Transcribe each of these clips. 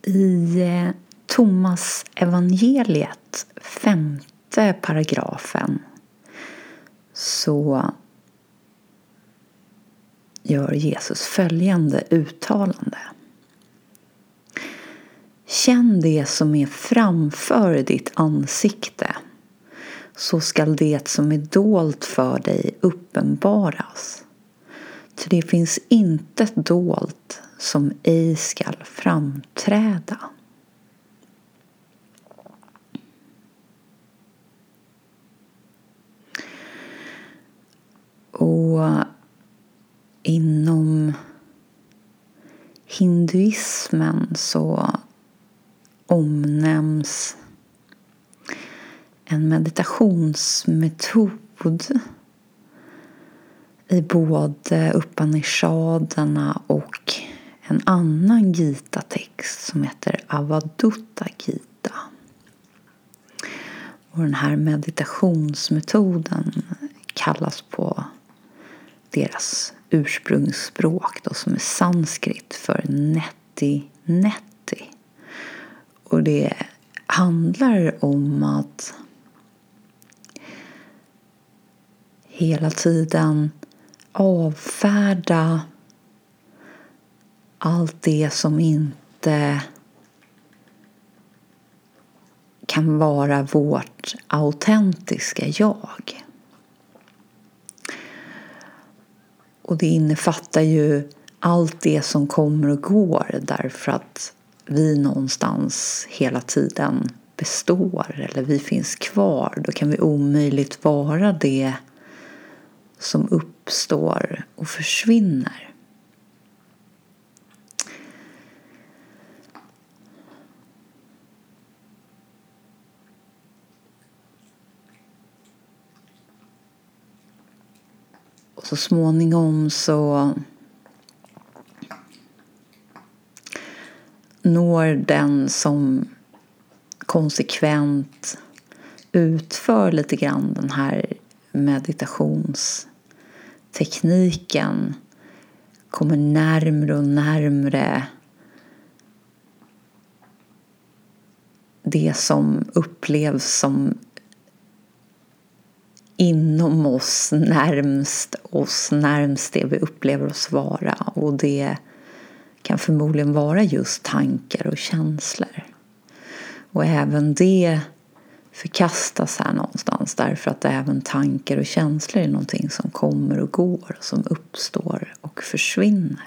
I Thomas evangeliet, 5:e paragrafen, så gör Jesus följande uttalande. Känn det som är framför ditt ansikte, så skall det som är dolt för dig uppenbaras. Ty det finns intet dolt som ej skall framträda. Och inom hinduismen så omnämns en meditationsmetod i både Upanishaderna och en annan Gita-text som heter Avadutta Gita. Och den här meditationsmetoden kallas på deras ursprungsspråk då, som är sanskrit, för neti neti. Och det handlar om att hela tiden avfärda allt det som inte kan vara vårt autentiska jag. Och det innefattar ju allt det som kommer och går därför att vi någonstans hela tiden består eller vi finns kvar. Då kan vi omöjligt vara det som uppstår och försvinner. Och så småningom så når den som konsekvent utför lite grann den här meditationstekniken, kommer närmre och närmre det som upplevs som inom oss, närmst det vi upplever oss vara. Och det kan förmodligen vara just tankar och känslor. Och även det förkastas här någonstans, därför att även tankar och känslor är någonting som kommer och går, som uppstår och försvinner.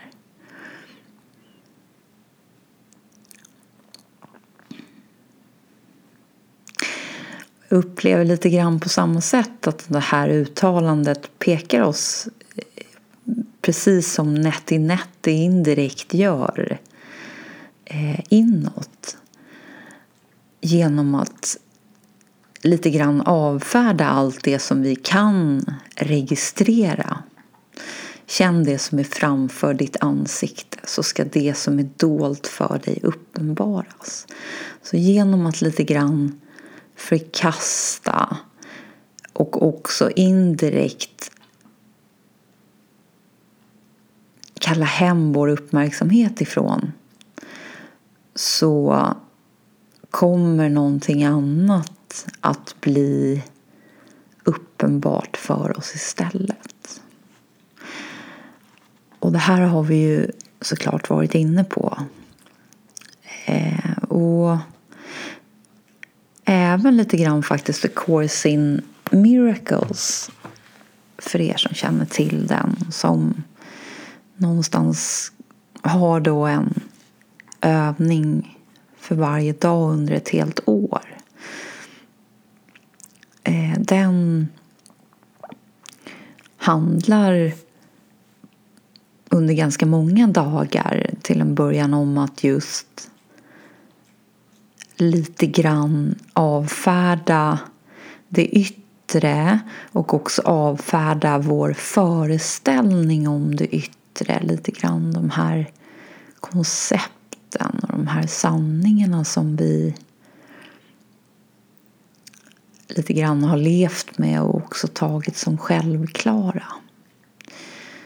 Jag upplever lite grann på samma sätt att det här uttalandet pekar oss, precis som neti neti indirekt gör, inåt. Genom att lite grann avfärda allt det som vi kan registrera. Känn det som är framför ditt ansikte, så ska det som är dolt för dig uppenbaras. Så genom att lite grann förkasta och också indirekt kalla hem vår uppmärksamhet ifrån, så kommer någonting annat att bli uppenbart för oss istället. Och det här har vi ju såklart varit inne på. Och även lite grann faktiskt The Course in Miracles, för er som känner till den, som någonstans har då en övning för varje dag under ett helt år. Den handlar under ganska många dagar till en början om att just lite grann avfärda det yttre och också avfärda vår föreställning om det yttre. Lite grann de här koncepten och de här sanningarna som vi lite grann har levt med och också tagit som självklara.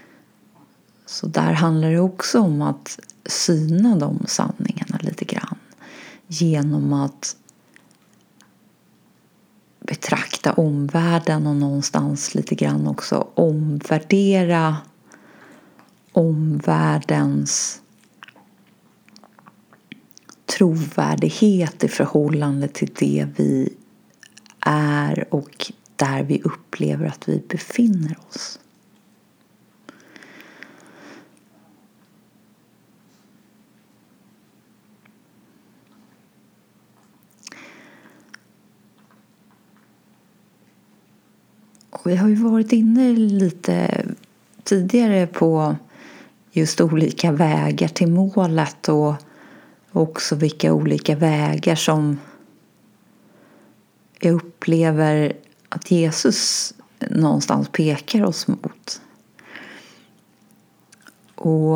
Så där handlar det också om att syna de sanningarna lite grann. genom att betrakta omvärlden och någonstans lite grann också omvärdera omvärldens trovärdighet i förhållande till det vi är och där vi upplever att vi befinner oss. Och vi har ju varit inne lite tidigare på just olika vägar till målet och också vilka olika vägar som jag upplever att Jesus någonstans pekar oss mot. Och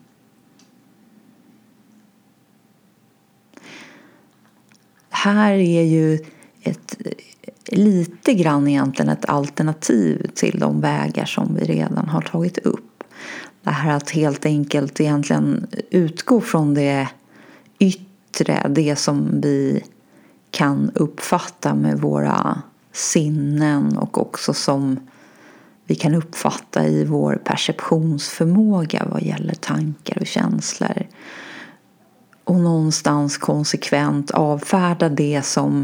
här är ju lite grann egentligen ett alternativ till de vägar som vi redan har tagit upp. Det här att helt enkelt egentligen utgå från det yttre, det som vi kan uppfatta med våra sinnen och också som vi kan uppfatta i vår perceptionsförmåga vad gäller tankar och känslor. Och någonstans konsekvent avfärda det som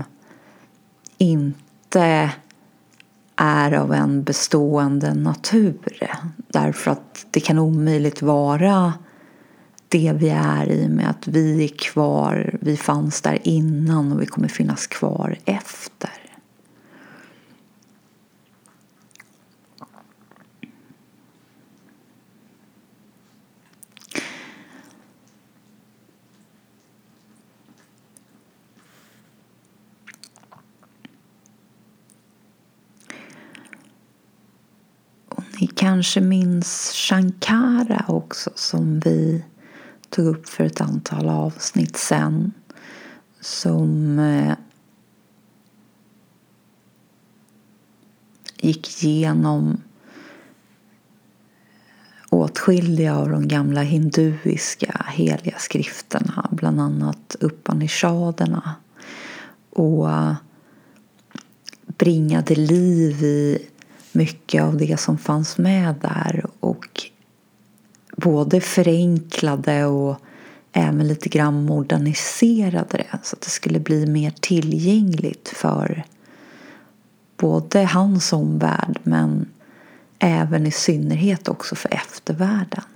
inte är av en bestående natur. Därför att det kan omöjligt vara det vi är i med att vi är kvar, vi fanns där innan och vi kommer finnas kvar efter. Ni kanske minns Shankara också, som vi tog upp för ett antal avsnitt sen, som gick igenom åtskilliga av de gamla hinduiska heliga skrifterna, bland annat Upanishaderna, och bringade liv i mycket av det som fanns med där och både förenklade och även lite grann moderniserade det så att det skulle bli mer tillgängligt för både hans omvärld men även i synnerhet också för eftervärlden.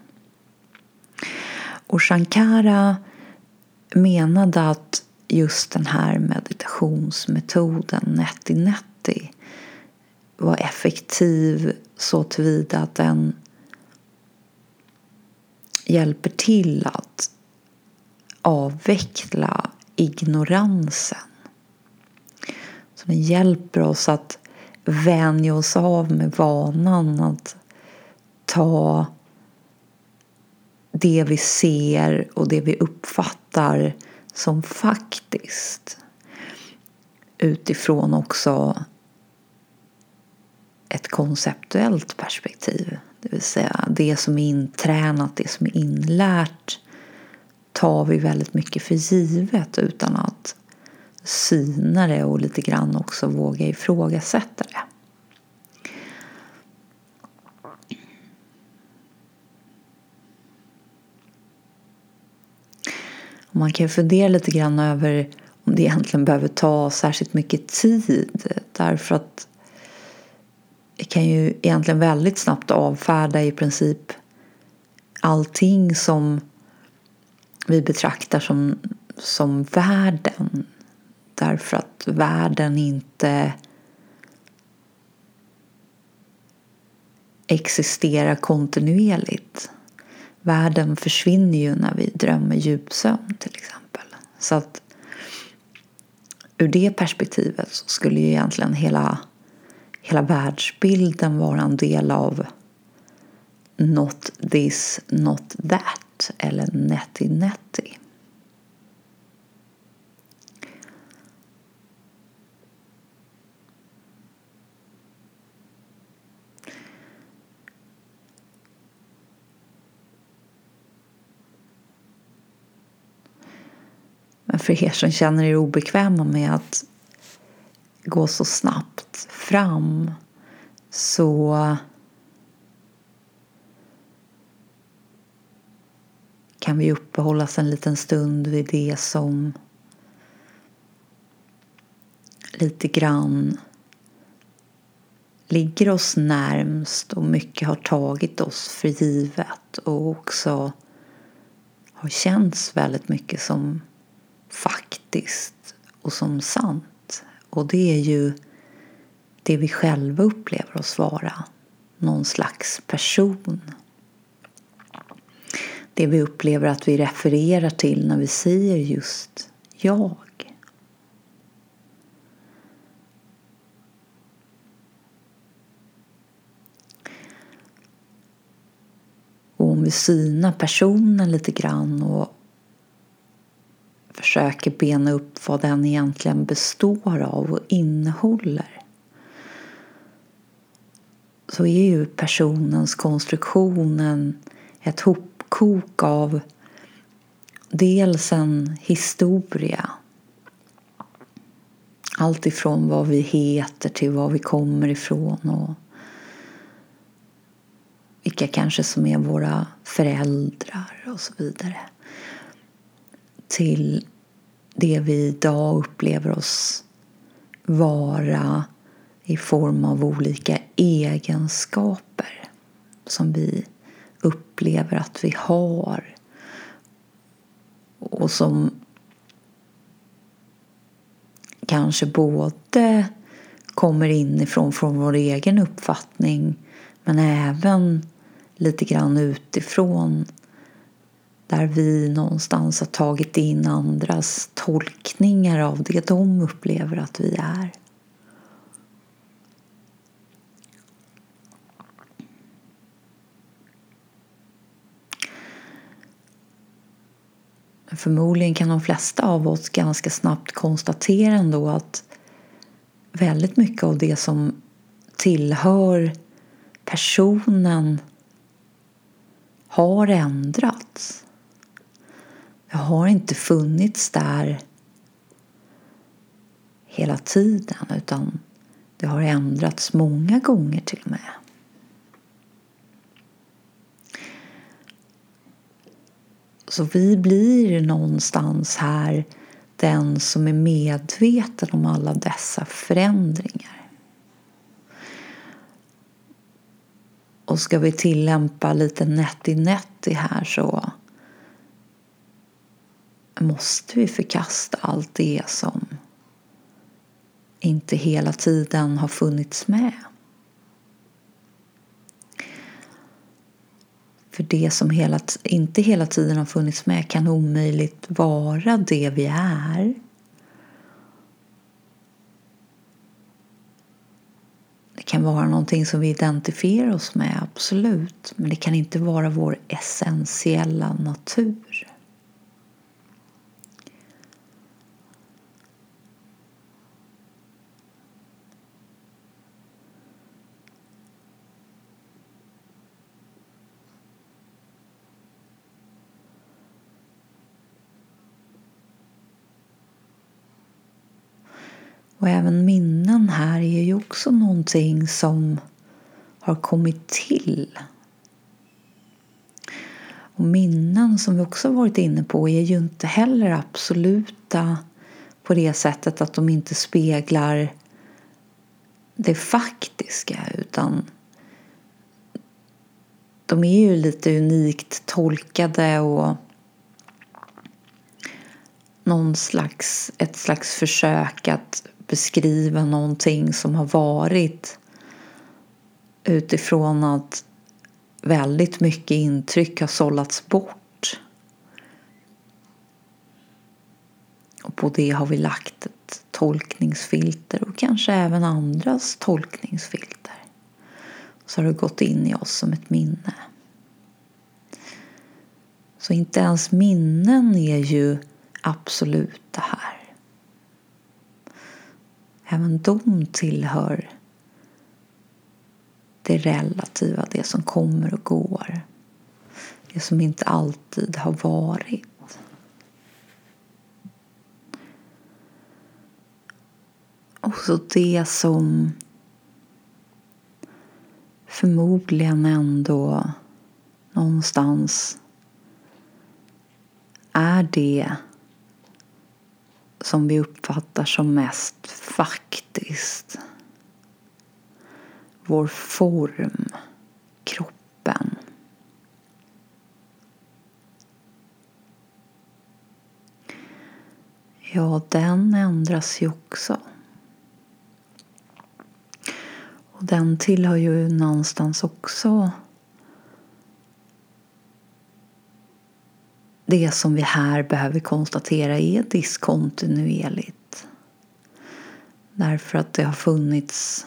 Och Shankara menade att just den här meditationsmetoden neti-neti var effektiv så tillvida att den hjälper till att avveckla ignoransen. Så den hjälper oss att vänja oss av med vanan att ta det vi ser och det vi uppfattar som faktiskt utifrån också ett konceptuellt perspektiv. Det vill säga det som är intränat, det som är inlärt tar vi väldigt mycket för givet utan att syna det och lite grann också våga ifrågasätta det. Och man kan fundera lite grann över om det egentligen behöver ta särskilt mycket tid, därför att det kan ju egentligen väldigt snabbt avfärda i princip allting som vi betraktar som världen. Därför att världen inte existerar kontinuerligt. Världen försvinner ju när vi drömmer djupsömn till exempel. Så att ur det perspektivet så skulle ju egentligen hela världsbilden vara en del av not this, not that eller neti-neti. Men för er som känner er obekväma med att gå så snabbt fram, så kan vi uppehålla oss en liten stund vid det som lite grann ligger oss närmst och mycket har tagit oss för givet och också har känts väldigt mycket som faktiskt och som sant. Och det är ju det vi själva upplever oss vara, någon slags person. Det vi upplever att vi refererar till när vi säger just jag. Och om vi synar personen lite grann och försöker bena upp vad den egentligen består av och innehåller, så är ju personens konstruktion ett hopkok av dels en historia, allt ifrån vad vi heter till var vi kommer ifrån och vilka kanske som är våra föräldrar och så vidare, till det vi idag upplever oss vara i form av olika egenskaper som vi upplever att vi har och som kanske både kommer inifrån från vår egen uppfattning, men även lite grann utifrån där vi någonstans har tagit in andras tolkningar av det de upplever att vi är. Förmodligen kan de flesta av oss ganska snabbt konstatera ändå att väldigt mycket av det som tillhör personen har ändrats. Det har inte funnits där hela tiden, utan det har ändrats många gånger till och med. Så vi blir någonstans här den som är medveten om alla dessa förändringar. Och ska vi tillämpa lite nätti här, så måste vi förkasta allt det som inte hela tiden har funnits med. För det som inte hela tiden har funnits med kan omöjligt vara det vi är. Det kan vara någonting som vi identifierar oss med, absolut. Men det kan inte vara vår essentiella natur. Och även minnen här är ju också någonting som har kommit till. Och minnen, som vi också varit inne på, är ju inte heller absoluta på det sättet att de inte speglar det faktiska, utan de är ju lite unikt tolkade och ett slags försök att beskriva någonting som har varit utifrån att väldigt mycket intryck har sållats bort. Och på det har vi lagt ett tolkningsfilter och kanske även andras tolkningsfilter. Så har det gått in i oss som ett minne. Så inte ens minnen är ju absolut det här. Även de tillhör det relativa, det som kommer och går. Det som inte alltid har varit. också det som förmodligen ändå någonstans är det som vi uppfattar som mest faktiskt. Vår form, kroppen. Ja, den ändras ju också. Och den tillhör ju någonstans också det som vi här behöver konstatera är diskontinuerligt. Därför att det har funnits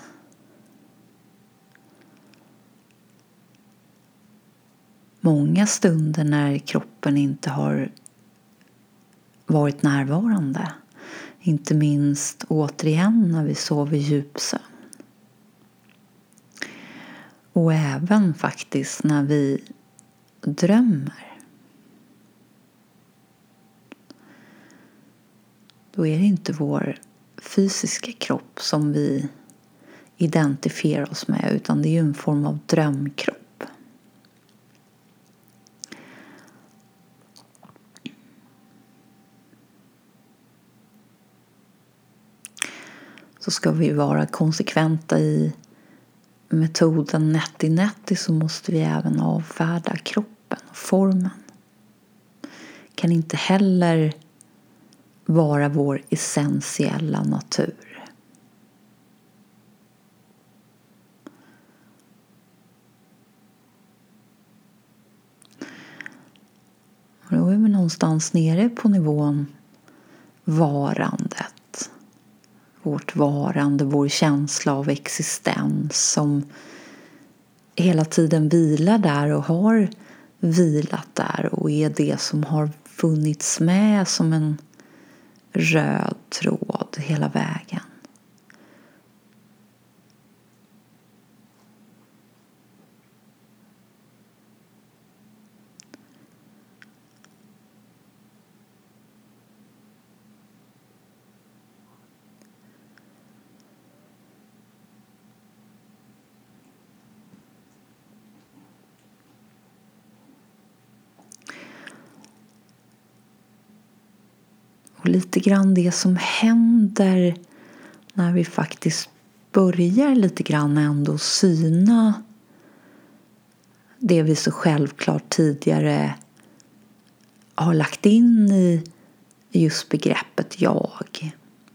många stunder när kroppen inte har varit närvarande. Inte minst återigen när vi sover djupsömn. Och även faktiskt när vi drömmer. Då är det inte vår fysiska kropp som vi identifierar oss med, utan det är ju en form av drömkropp. Så ska vi vara konsekventa i metoden nätti så måste vi även avfärda kroppen och formen. Kan inte heller vara vår essentiella natur. Och då är vi någonstans nere på nivån varandet. Vårt varande, vår känsla av existens som hela tiden vilar där och har vilat där och är det som har funnits med som en röd tråd hela vägen. Och lite grann det som händer när vi faktiskt börjar lite grann ändå syna det vi så självklart tidigare har lagt in i just begreppet jag.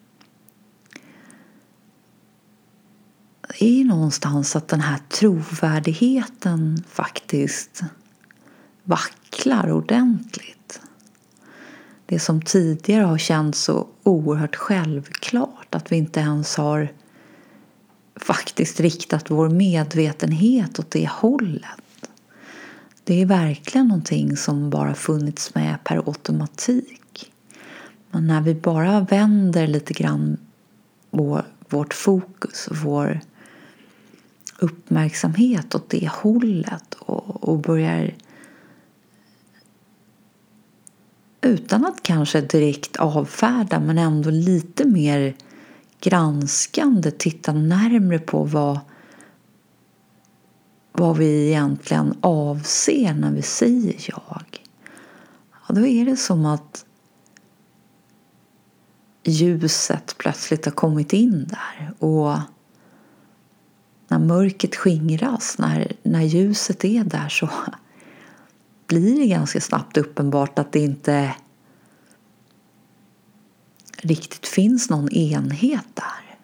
Det är någonstans att den här trovärdigheten faktiskt vacklar ordentligt. Det som tidigare har känts så oerhört självklart att vi inte ens har faktiskt riktat vår medvetenhet åt det hållet. Det är verkligen någonting som bara funnits med per automatik. Men när vi bara vänder lite grann vårt fokus och vår uppmärksamhet åt det hållet och börjar utan att kanske direkt avfärda men ändå lite mer granskande titta närmare på vad vi egentligen avser när vi säger jag. Ja, då är det som att ljuset plötsligt har kommit in där och när mörkret skingras, när ljuset är där så blir det ganska snabbt uppenbart att det inte riktigt finns någon enhet där.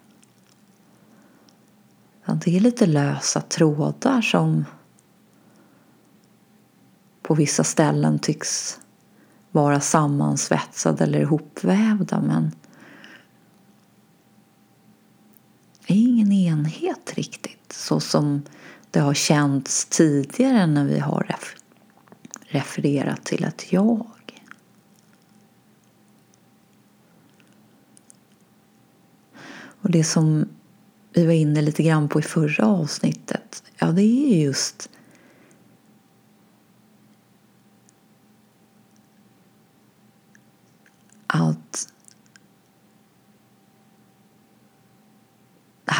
Det är lite lösa trådar som på vissa ställen tycks vara sammansvetsade eller ihopvävda, men det är ingen enhet riktigt så som det har känts tidigare när vi har refererat till ett jag. Och det som vi var inne lite grann på i förra avsnittet, ja, det är just att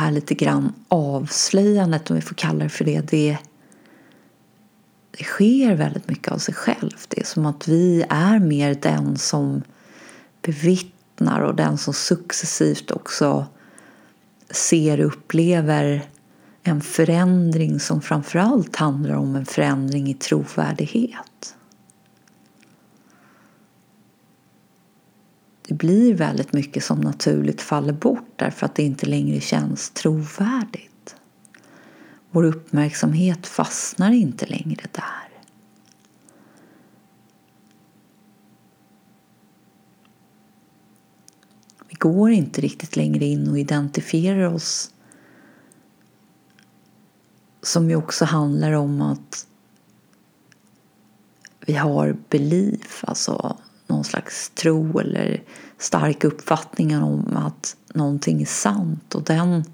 här lite grann avslöjandet, om vi får kalla det för det sker väldigt mycket av sig själv. Det är som att vi är mer den som bevittnar och den som successivt också ser och upplever en förändring som framförallt handlar om en förändring i trovärdighet. Det blir väldigt mycket som naturligt faller bort därför att det inte längre känns trovärdigt. Vår uppmärksamhet fastnar inte längre där. Vi går inte riktigt längre in och identifierar oss, som ju också handlar om att vi har belief, alltså någon slags tro eller stark uppfattning om att någonting är sant, och den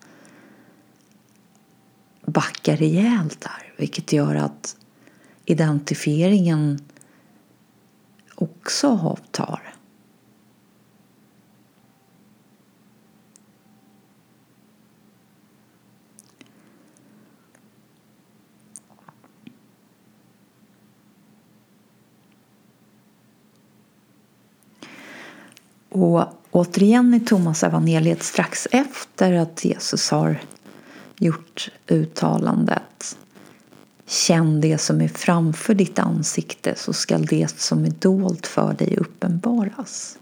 backar rejält där, vilket gör att identifieringen också avtar. Och återigen i Thomas evangeliet strax efter att Jesus har gjort uttalandet: känn det som är framför ditt ansikte, så skall det som är dolt för dig uppenbaras.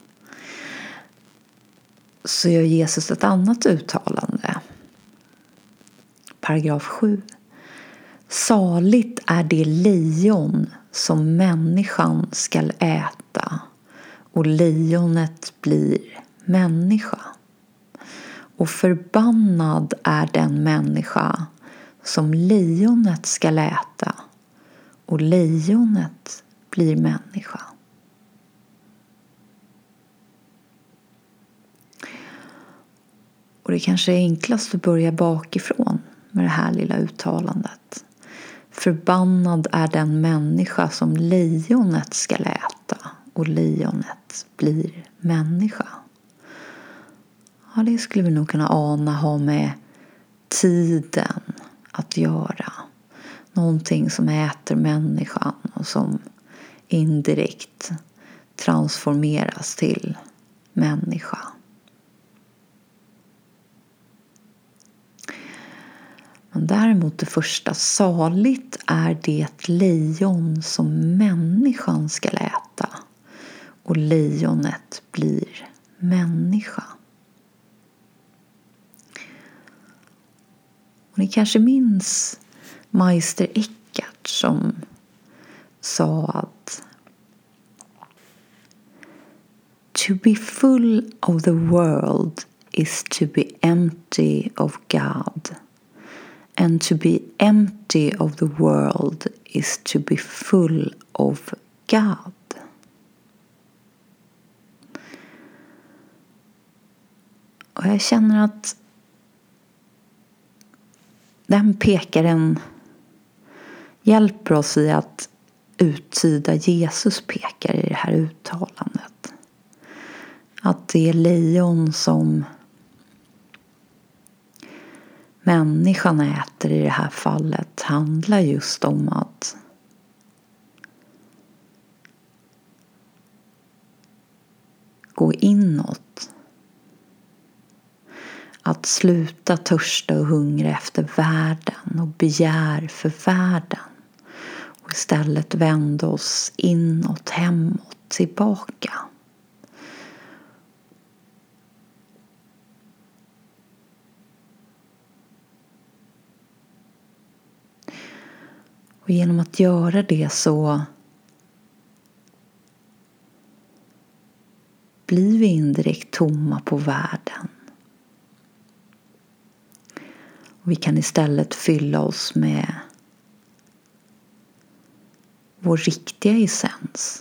Så gör Jesus ett annat uttalande. Paragraf 7. Saligt är det lejon som människan skall äta, och lejonet blir människa. Och förbannad är den människa som lejonet skall äta, och lejonet blir människa. Och det kanske är enklast att börja bakifrån med det här lilla uttalandet. Förbannad är den människa som lejonet skall äta, och lejonet blir människa. Ja, det skulle vi nog kunna ana ha med tiden att göra. Någonting som äter människan och som indirekt transformeras till människa. Men däremot det första, saligt är det lejon som människan ska äta, och lejonet blir människa. Och ni kanske minns Meister Eckhart som sa att to be full of the world is to be empty of God. And to be empty of the world is to be full of God. Och jag känner att den pekaren hjälper oss i att uttyda Jesus pekar i det här uttalandet. Att det lejon som människan äter i det här fallet handlar just om att gå inåt. Att sluta törsta och hungra efter världen och begär för världen. Och istället vända oss inåt, hemåt, tillbaka. Och genom att göra det så blir vi indirekt tomma på världen. Och vi kan istället fylla oss med vår riktiga essens.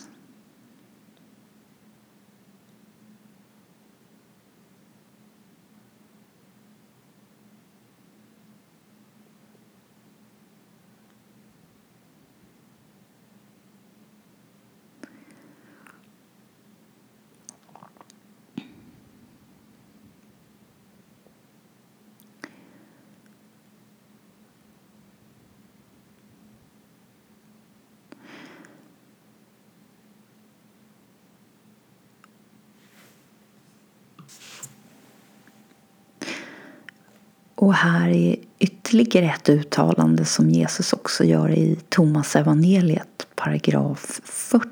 Och här är ytterligare ett uttalande som Jesus också gör i Thomas evangeliet, paragraf 40.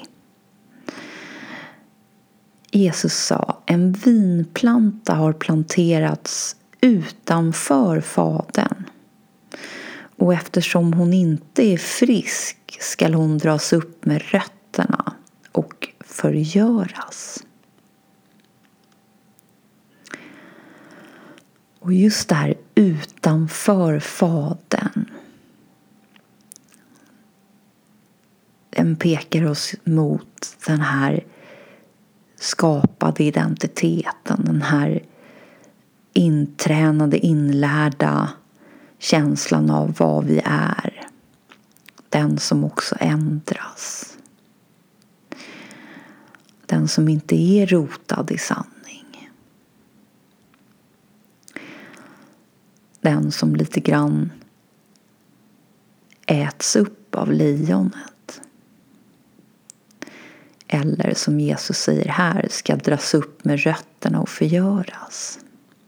Jesus sa: en vinplanta har planterats utanför fadern, och eftersom hon inte är frisk skall hon dras upp med rötterna och förgöras. Och just det här utanför fadern, den pekar oss mot den här skapade identiteten, den här intränade, inlärda känslan av vad vi är. Den som också ändras. Den som inte är rotad i sanning. Den som lite grann äts upp av lejonet. Eller som Jesus säger här, ska dras upp med rötterna och förgöras.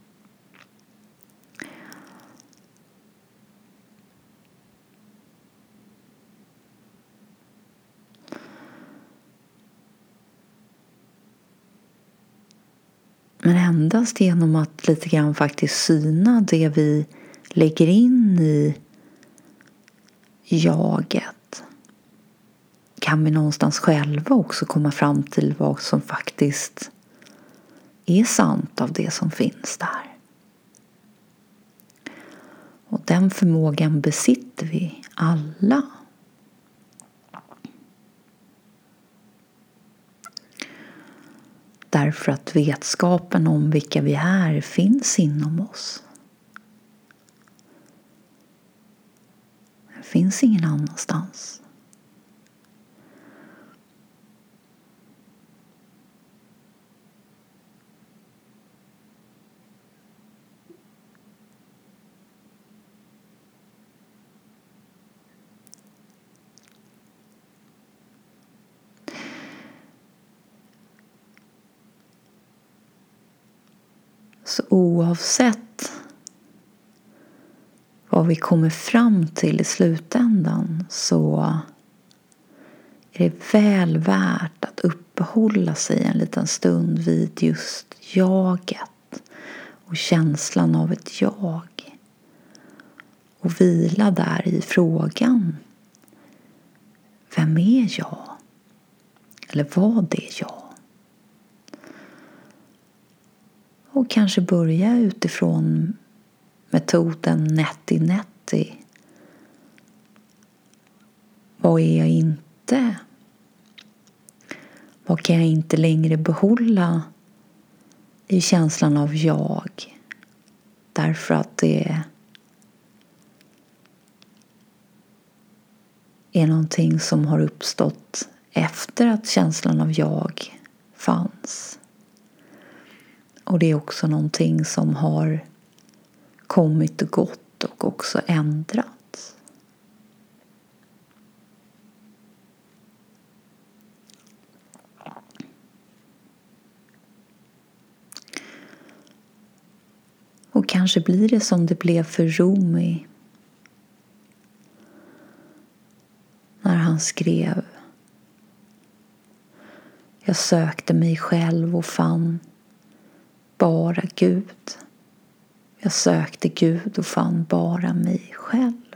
Men endast genom att lite grann faktiskt syna det vi lägger in i jaget kan vi någonstans själva också komma fram till vad som faktiskt är sant av det som finns där. Och den förmågan besitter vi alla. Därför att vetskapen om vilka vi är finns inom oss. Den finns ingen annanstans. Så oavsett vad vi kommer fram till i slutändan så är det väl värt att uppehålla sig en liten stund vid just jaget och känslan av ett jag. Och vila där i frågan: vem är jag? Eller vad är jag? Och kanske börja utifrån metoden Netti-Netti. Vad är jag inte? Vad kan jag inte längre behålla i känslan av jag? Därför att det är någonting som har uppstått efter att känslan av jag fanns. Och det är också någonting som har kommit och gått och också ändrats. Och kanske blir det som det blev för Rumi när han skrev: jag sökte mig själv och fann bara Gud. Jag sökte Gud och fann bara mig själv.